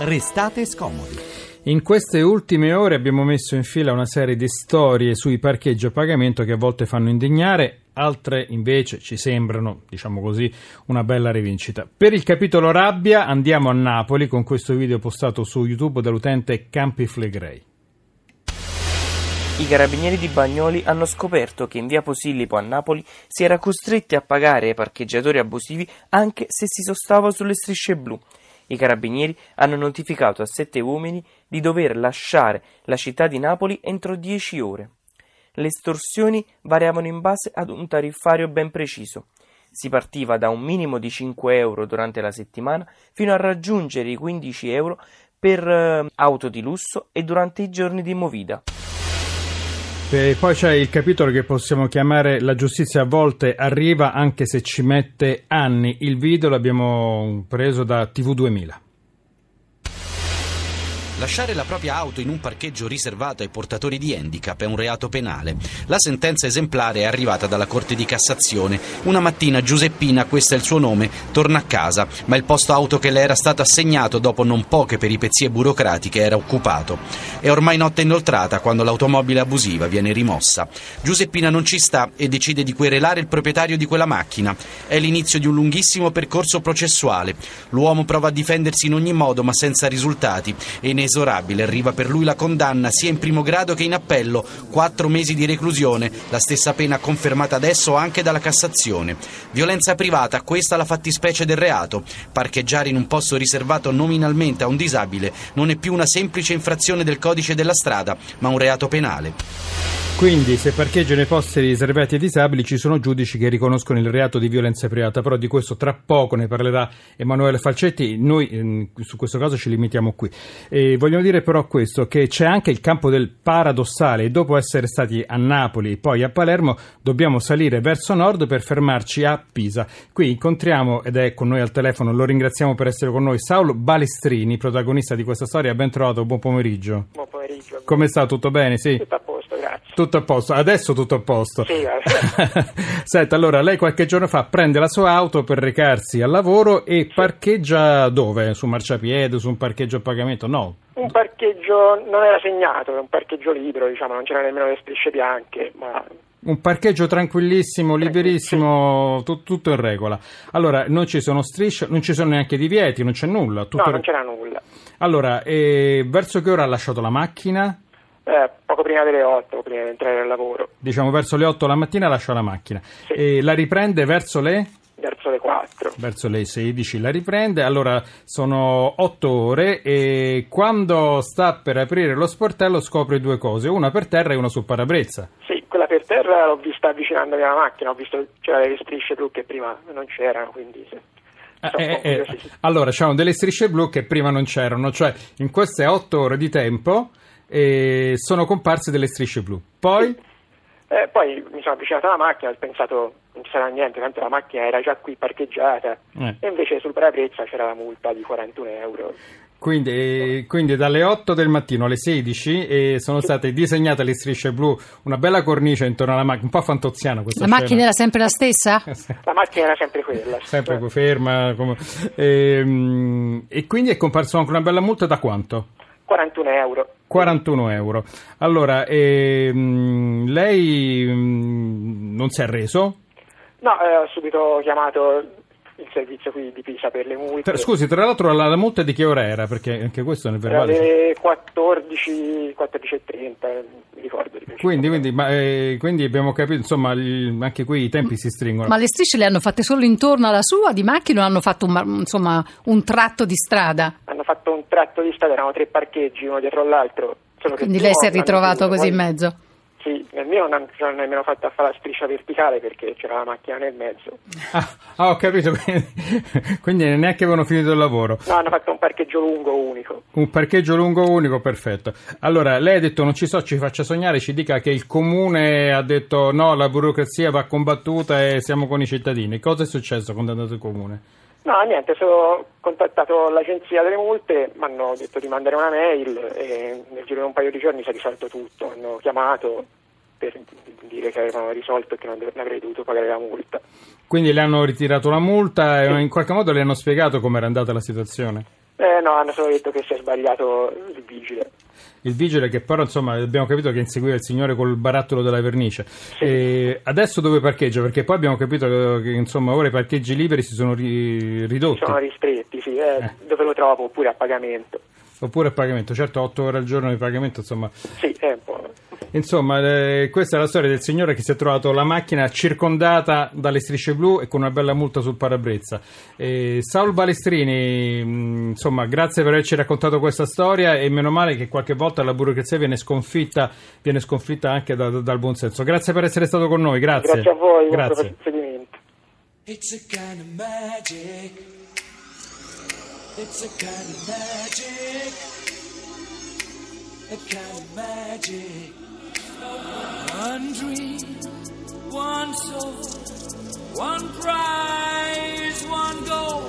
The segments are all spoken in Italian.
Restate scomodi. In queste ultime ore abbiamo messo in fila una serie di storie sui parcheggi a pagamento che a volte fanno indignare, altre invece ci sembrano, diciamo così, una bella rivincita. Per il capitolo rabbia andiamo a Napoli con questo video postato su YouTube dall'utente Campi Flegrei. I carabinieri di Bagnoli hanno scoperto che in via Posillipo a Napoli si era costretti a pagare ai parcheggiatori abusivi anche se si sostava sulle strisce blu. I carabinieri hanno notificato a 7 uomini di dover lasciare la città di Napoli entro 10 ore. Le estorsioni variavano in base ad un tariffario ben preciso. Si partiva da un minimo di 5 euro durante la settimana fino a raggiungere i 15 euro per auto di lusso e durante i giorni di movida. E poi c'è il capitolo che possiamo chiamare La giustizia a volte arriva anche se ci mette anni. Il video l'abbiamo preso da TV2000. Lasciare la propria auto in un parcheggio riservato ai portatori di handicap è un reato penale. La sentenza esemplare è arrivata dalla Corte di Cassazione. Una mattina Giuseppina, questo è il suo nome, torna a casa, ma il posto auto che le era stato assegnato dopo non poche peripezie burocratiche era occupato. È ormai notte inoltrata quando l'automobile abusiva viene rimossa. Giuseppina non ci sta e decide di querelare il proprietario di quella macchina. È l'inizio di un lunghissimo percorso processuale. L'uomo prova a difendersi in ogni modo ma senza risultati e inesorabile arriva per lui la condanna sia in primo grado che in appello, 4 mesi di reclusione, la stessa pena confermata adesso anche dalla Cassazione. Violenza privata, questa la fattispecie del reato. Parcheggiare in un posto riservato nominalmente a un disabile non è più una semplice infrazione del codice della strada, ma un reato penale. Quindi se parcheggiano nei posti riservati ai disabili ci sono giudici che riconoscono il reato di violenza privata, però di questo tra poco ne parlerà Emanuele Falcetti. Noi su questo caso ci limitiamo qui. Vogliamo dire però questo, che c'è anche il campo del paradossale e dopo essere stati a Napoli e poi a Palermo dobbiamo salire verso nord per fermarci a Pisa. Qui incontriamo, ed è con noi al telefono, lo ringraziamo per essere con noi, Saulo Balestrini, protagonista di questa storia. Ben trovato, buon pomeriggio. Buon pomeriggio. Come sta? Tutto bene? Sì. Tutto a posto, grazie. Tutto a posto, adesso tutto a posto. Sì, grazie. Senta, allora lei qualche giorno fa prende la sua auto per recarsi al lavoro e parcheggia dove? Su marciapiede, su un parcheggio a pagamento? No. Un parcheggio non era segnato, è un parcheggio libero, diciamo, non c'erano nemmeno le strisce bianche, ma... Un parcheggio tranquillissimo, liberissimo, sì. Tutto in regola. Allora, non ci sono strisce, non ci sono neanche divieti, non c'è nulla. No, non c'era nulla. Allora, verso che ora ha lasciato la macchina? Poco prima delle 8, prima di entrare al lavoro. Diciamo verso le 8 la mattina lascia la macchina. Sì. E la riprende verso le? Verso le 4. Verso le 16 la riprende. Allora sono 8 ore e quando sta per aprire lo sportello scopre 2 cose, una per terra e una sul parabrezza. Sì, quella per terra l'ho vista avvicinandomi alla macchina, ho visto c'erano delle strisce blu che prima non c'erano, quindi sì. Allora c'erano delle strisce blu che prima non c'erano, cioè in queste 8 ore di tempo sono comparse delle strisce blu. Poi? Poi mi sono avvicinato alla macchina e ho pensato non ci sarà niente, tanto la macchina era già qui parcheggiata e invece sul parabrezza c'era la multa di 41 euro. Quindi dalle 8 del mattino alle 16 sono state disegnate le strisce blu, una bella cornice intorno alla macchina, un po' fantoziana questa scena. La macchina era sempre la stessa? La macchina era sempre quella. Sempre ferma. E quindi è comparso anche una bella multa da quanto? 41 euro. 41 euro. Allora, lei non si è arreso? No, ho subito chiamato il servizio qui di Pisa per le multe. Scusi, tra l'altro la multa di che ora era? Perché anche questo nel verbale... Era alle 14:30, mi ricordo. Quindi abbiamo capito, insomma, anche qui i tempi si stringono. Ma le strisce le hanno fatte solo intorno alla sua di macchina o hanno fatto un tratto di strada? Hanno fatto un tratto di strada, erano 3 parcheggi uno dietro l'altro. Quindi lei si è ritrovato così in mezzo? Sì, nel mio non hanno nemmeno fatto a fare la striscia verticale perché c'era la macchina nel mezzo. Ho capito, quindi neanche avevano finito il lavoro. No, hanno fatto un parcheggio lungo unico. Un parcheggio lungo unico, perfetto. Allora, lei ha detto non ci faccia sognare, ci dica che il comune ha detto no, la burocrazia va combattuta e siamo con i cittadini. Cosa è successo quando è andato il comune? No, niente, ho contattato l'agenzia delle multe, mi hanno detto di mandare una mail e nel giro di un paio di giorni si è risolto tutto. Hanno chiamato per dire che avevano risolto e che non avrei dovuto pagare la multa. Quindi le hanno ritirato la multa e in qualche modo le hanno spiegato come era andata la situazione? No, hanno solo detto che si è sbagliato il vigile. Il vigile, che però insomma abbiamo capito che inseguiva il signore col barattolo della vernice. Sì. Adesso dove parcheggia? Perché poi abbiamo capito che insomma ora i parcheggi liberi si sono ridotti. Sono ristretti, sì, dove lo trovo, oppure a pagamento. Oppure a pagamento, certo 8 ore al giorno di pagamento, insomma. Sì, è un po'. Insomma, questa è la storia del signore che si è trovato la macchina circondata dalle strisce blu e con una bella multa sul parabrezza. Saul Balestrini, insomma, grazie per averci raccontato questa storia e meno male che qualche volta la burocrazia viene sconfitta anche dal buonsenso. Grazie per essere stato con noi, grazie. Grazie a voi, grazie. buon proseguimento. It's a kind of magic. It's a kind of magic. A kind of magic. One dream, one soul, one prize, one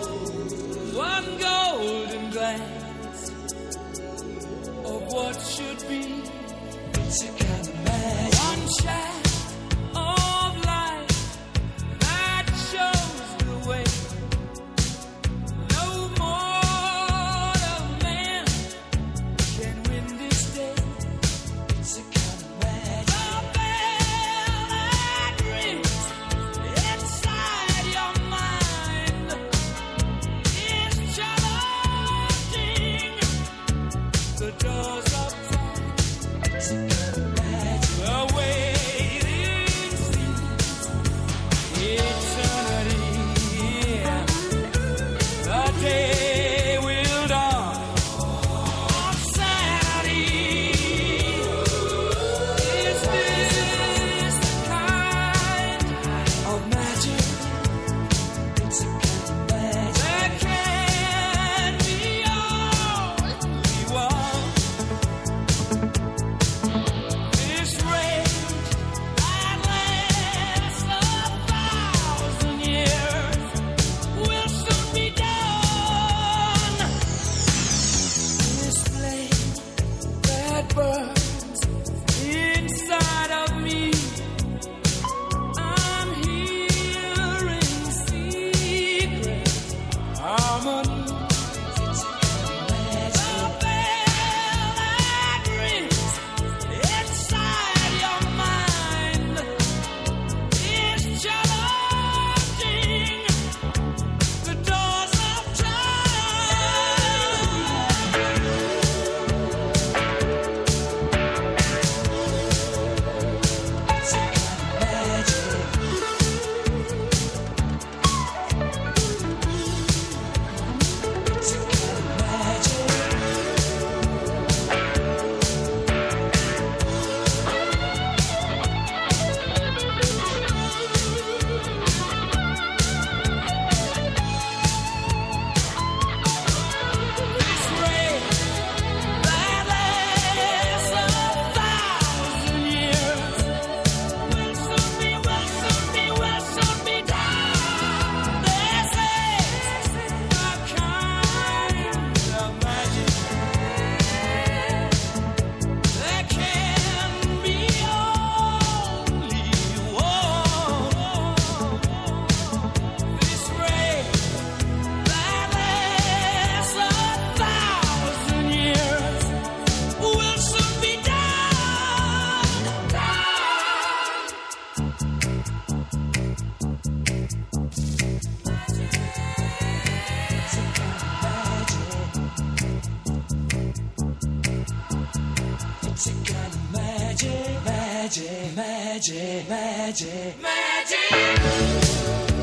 golden glance of what should be. It's a kind of magic. One shaft of light that shows the way. No mortal man can win this day. It's a kind of magic. The bell that rings inside your mind is challenging the doors of time. It's a kind of magic. The waiting seems eternity. The day will dawn on Saturday. Is this the kind of magic? It's a kind of magic. There can be only one. This rage that lasts 1,000 years will soon be done. This flame that burns inside of me, I'm hearing secret harmony. It's a kind of magic. The bell that rings inside your mind is challenging the doors of time. It's a kind of magic. It's a kind of magic. This rain that lasts 1,000 years will soon be done. This is a kind of magic. There can be only one. This rain that lasts 1,000 years will soon be done. It's a kind of magic, magic, magic, magic, magic.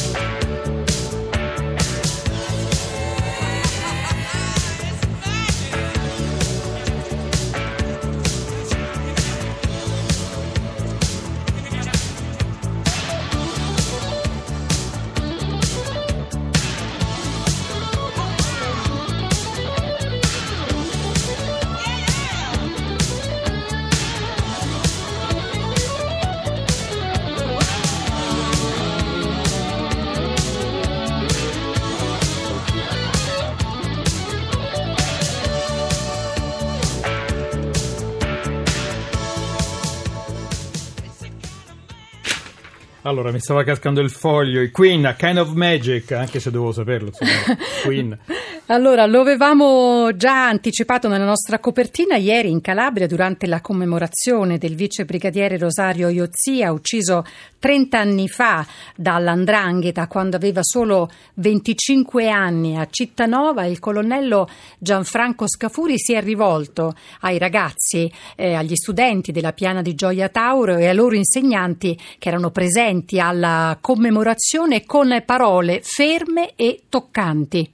Allora, mi stava cascando il foglio. I Queen, A Kind of Magic, anche se dovevo saperlo, insomma. Queen. Allora, lo avevamo già anticipato nella nostra copertina. Ieri in Calabria, durante la commemorazione del vice brigadiere Rosario Iozia, ucciso 30 anni fa dall''ndrangheta quando aveva solo 25 anni a Cittanova, il colonnello Gianfranco Scafuri si è rivolto ai ragazzi, agli studenti della Piana di Gioia Tauro e ai loro insegnanti che erano presenti alla commemorazione con parole ferme e toccanti.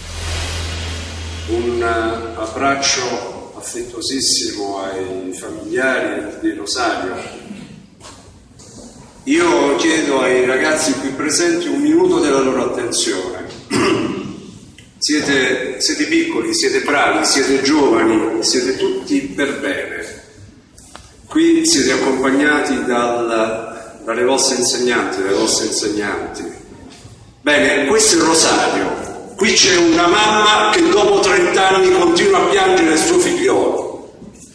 Un abbraccio affettuosissimo ai familiari di Rosario. Io chiedo ai ragazzi qui presenti un minuto della loro attenzione. Siete piccoli, siete bravi, siete giovani, siete tutti per bene. Qui siete accompagnati dalle vostre insegnanti, dalle vostre insegnanti. Bene, questo è Rosario. Qui c'è una mamma che dopo 30 anni continua a piangere il suo figliolo.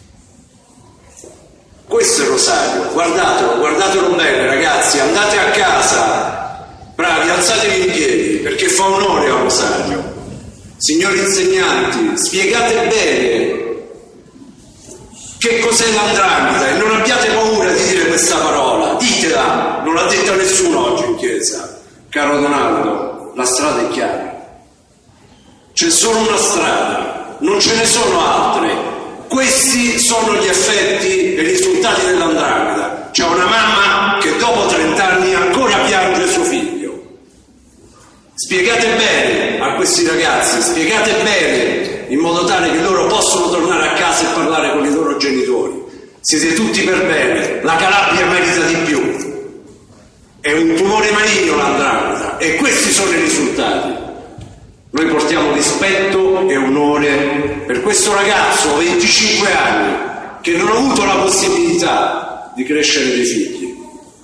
Questo è Rosario, guardatelo bene ragazzi, andate a casa, bravi, alzatevi in piedi, perché fa onore a Rosario. Signori insegnanti, spiegate bene che cos'è l''ndrangheta e non abbiate paura di dire questa parola, ditela, non l'ha detta nessuno oggi in chiesa. Caro Donaldo, la strada è chiara. C'è solo una strada, non ce ne sono altre. Questi sono gli effetti e i risultati dell''ndrangheta. C'è una mamma che dopo 30 anni ancora piange suo figlio. Spiegate bene a questi ragazzi, spiegate bene in modo tale che loro possano tornare a casa e parlare con i loro genitori. Siete tutti per bene, la Calabria merita di più. È un tumore maligno l''ndrangheta e questi sono i risultati. Noi portiamo rispetto e onore per questo ragazzo, 25 anni, che non ha avuto la possibilità di crescere dei figli.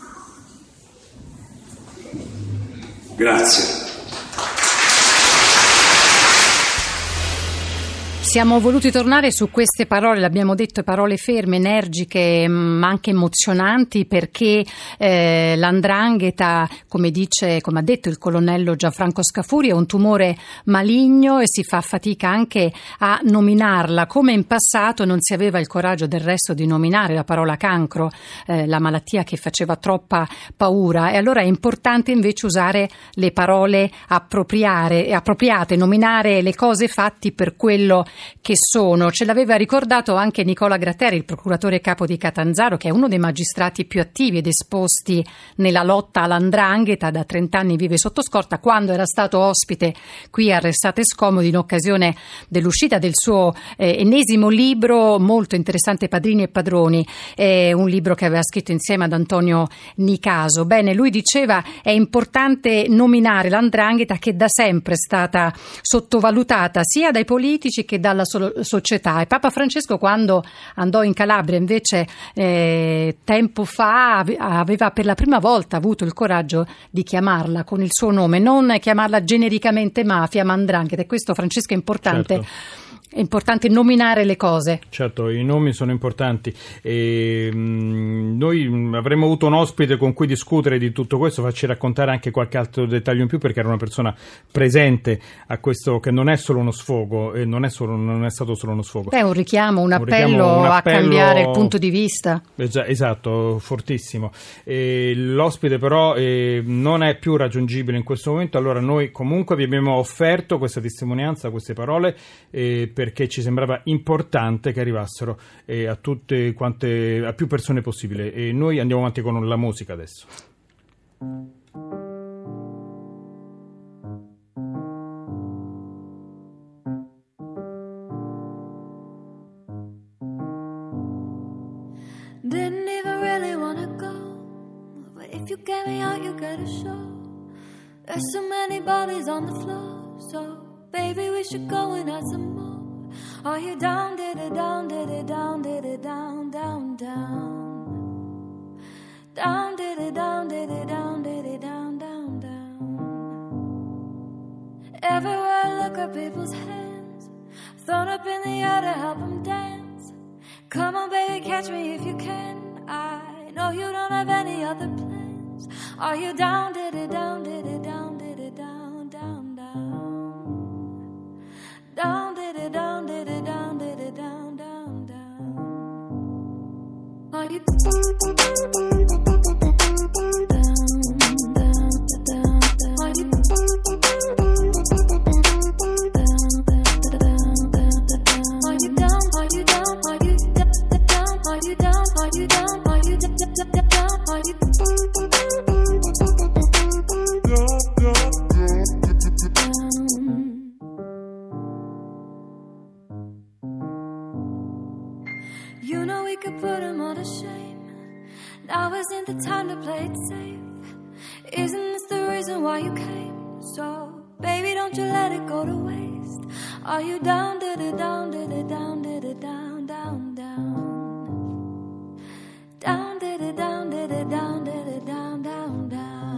Grazie. Siamo voluti tornare su queste parole, l'abbiamo detto, parole ferme, energiche, ma anche emozionanti, perché l''ndrangheta, come ha detto il colonnello Gianfranco Scafuri, è un tumore maligno e si fa fatica anche a nominarla, come in passato non si aveva il coraggio del resto di nominare la parola cancro, la malattia che faceva troppa paura, e allora è importante invece usare le parole appropriate, nominare le cose fatti per quello che sono. Ce l'aveva ricordato anche Nicola Gratteri, il procuratore capo di Catanzaro, che è uno dei magistrati più attivi ed esposti nella lotta all''ndrangheta, da 30 anni vive sotto scorta, quando era stato ospite qui a Restate Scomodi in occasione dell'uscita del suo ennesimo libro molto interessante, Padrini e Padroni, un libro che aveva scritto insieme ad Antonio Nicaso. Bene, lui diceva è importante nominare l''ndrangheta, che da sempre è stata sottovalutata sia dai politici che dalla società, e Papa Francesco, quando andò in Calabria invece tempo fa, aveva per la prima volta avuto il coraggio di chiamarla con il suo nome, non chiamarla genericamente mafia ma 'ndrangheta, e questo, Francesco, è importante. Certo. È importante nominare le cose. Certo, i nomi sono importanti. Noi avremmo avuto un ospite con cui discutere di tutto questo, farci raccontare anche qualche altro dettaglio in più, perché era una persona presente a questo, che non è solo uno sfogo, e non è stato solo uno sfogo. È un richiamo, un appello a cambiare il punto di vista. Esatto, fortissimo. L'ospite però non è più raggiungibile in questo momento, allora noi comunque vi abbiamo offerto questa testimonianza, queste parole, perché ci sembrava importante che arrivassero a tutte quante, a più persone possibile, e noi andiamo avanti con la musica adesso. Didn't even really wanna go, but if you get me out you gotta show. There's so many bodies on the floor, so baby we should go and have some more. Are you down, did it down, did it down, did it down, down, down. Down, did it down, did it down, did it down, down, down. Everywhere I look at people's hands, thrown up in the air to help them dance. Come on baby, catch me if you can. I know you don't have any other plans. Are you down, did it down, did it down, did it down, down, down. Down, diddy, down, diddy, down, diddy, down, down, down. Are you down, down, down, down, down? Are you down, are you down? Are you down? Are you down? Are you down? Are you down? Are you down? Are you You know we could put him all to shame. Now isn't the time to play it safe. Isn't this the reason why you came? So, baby, don't you let it go to waste. Are you down, diddy, down, diddy, down, diddy, down, down, down? Down, diddy, down, diddy, down, diddy, down, down,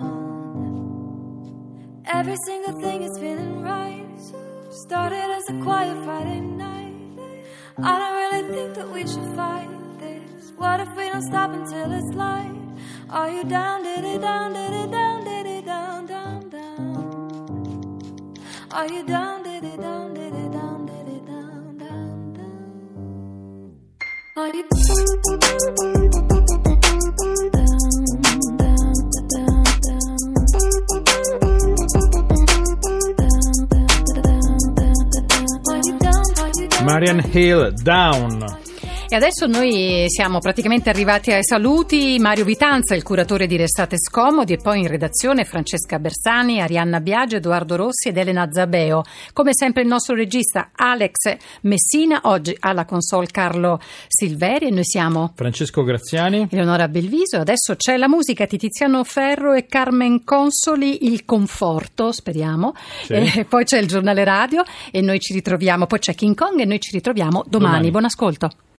down. Every single thing is feeling right. Started as a quiet Friday night. I don't really think that we should fight this. What if we don't stop until it's light? Are you down, diddy, down, diddy, down, diddy, down, down, down? Are you down, diddy, down, diddy, down, diddy, down, down, down? Are you down, down, down, Marianne Hill, Down. E adesso noi siamo praticamente arrivati ai saluti. Mario Vitanza, il curatore di Restate Scomodi, e poi in redazione Francesca Bersani, Arianna Biagio, Edoardo Rossi ed Elena Zabeo. Come sempre il nostro regista Alex Messina, oggi alla console Carlo Silveri, e noi siamo Francesco Graziani, Eleonora Belviso. Adesso c'è la musica di Tiziano Ferro e Carmen Consoli, Il Conforto, speriamo. Sì. E poi c'è il giornale radio e noi ci ritroviamo, poi c'è King Kong e noi ci ritroviamo domani. Buon ascolto.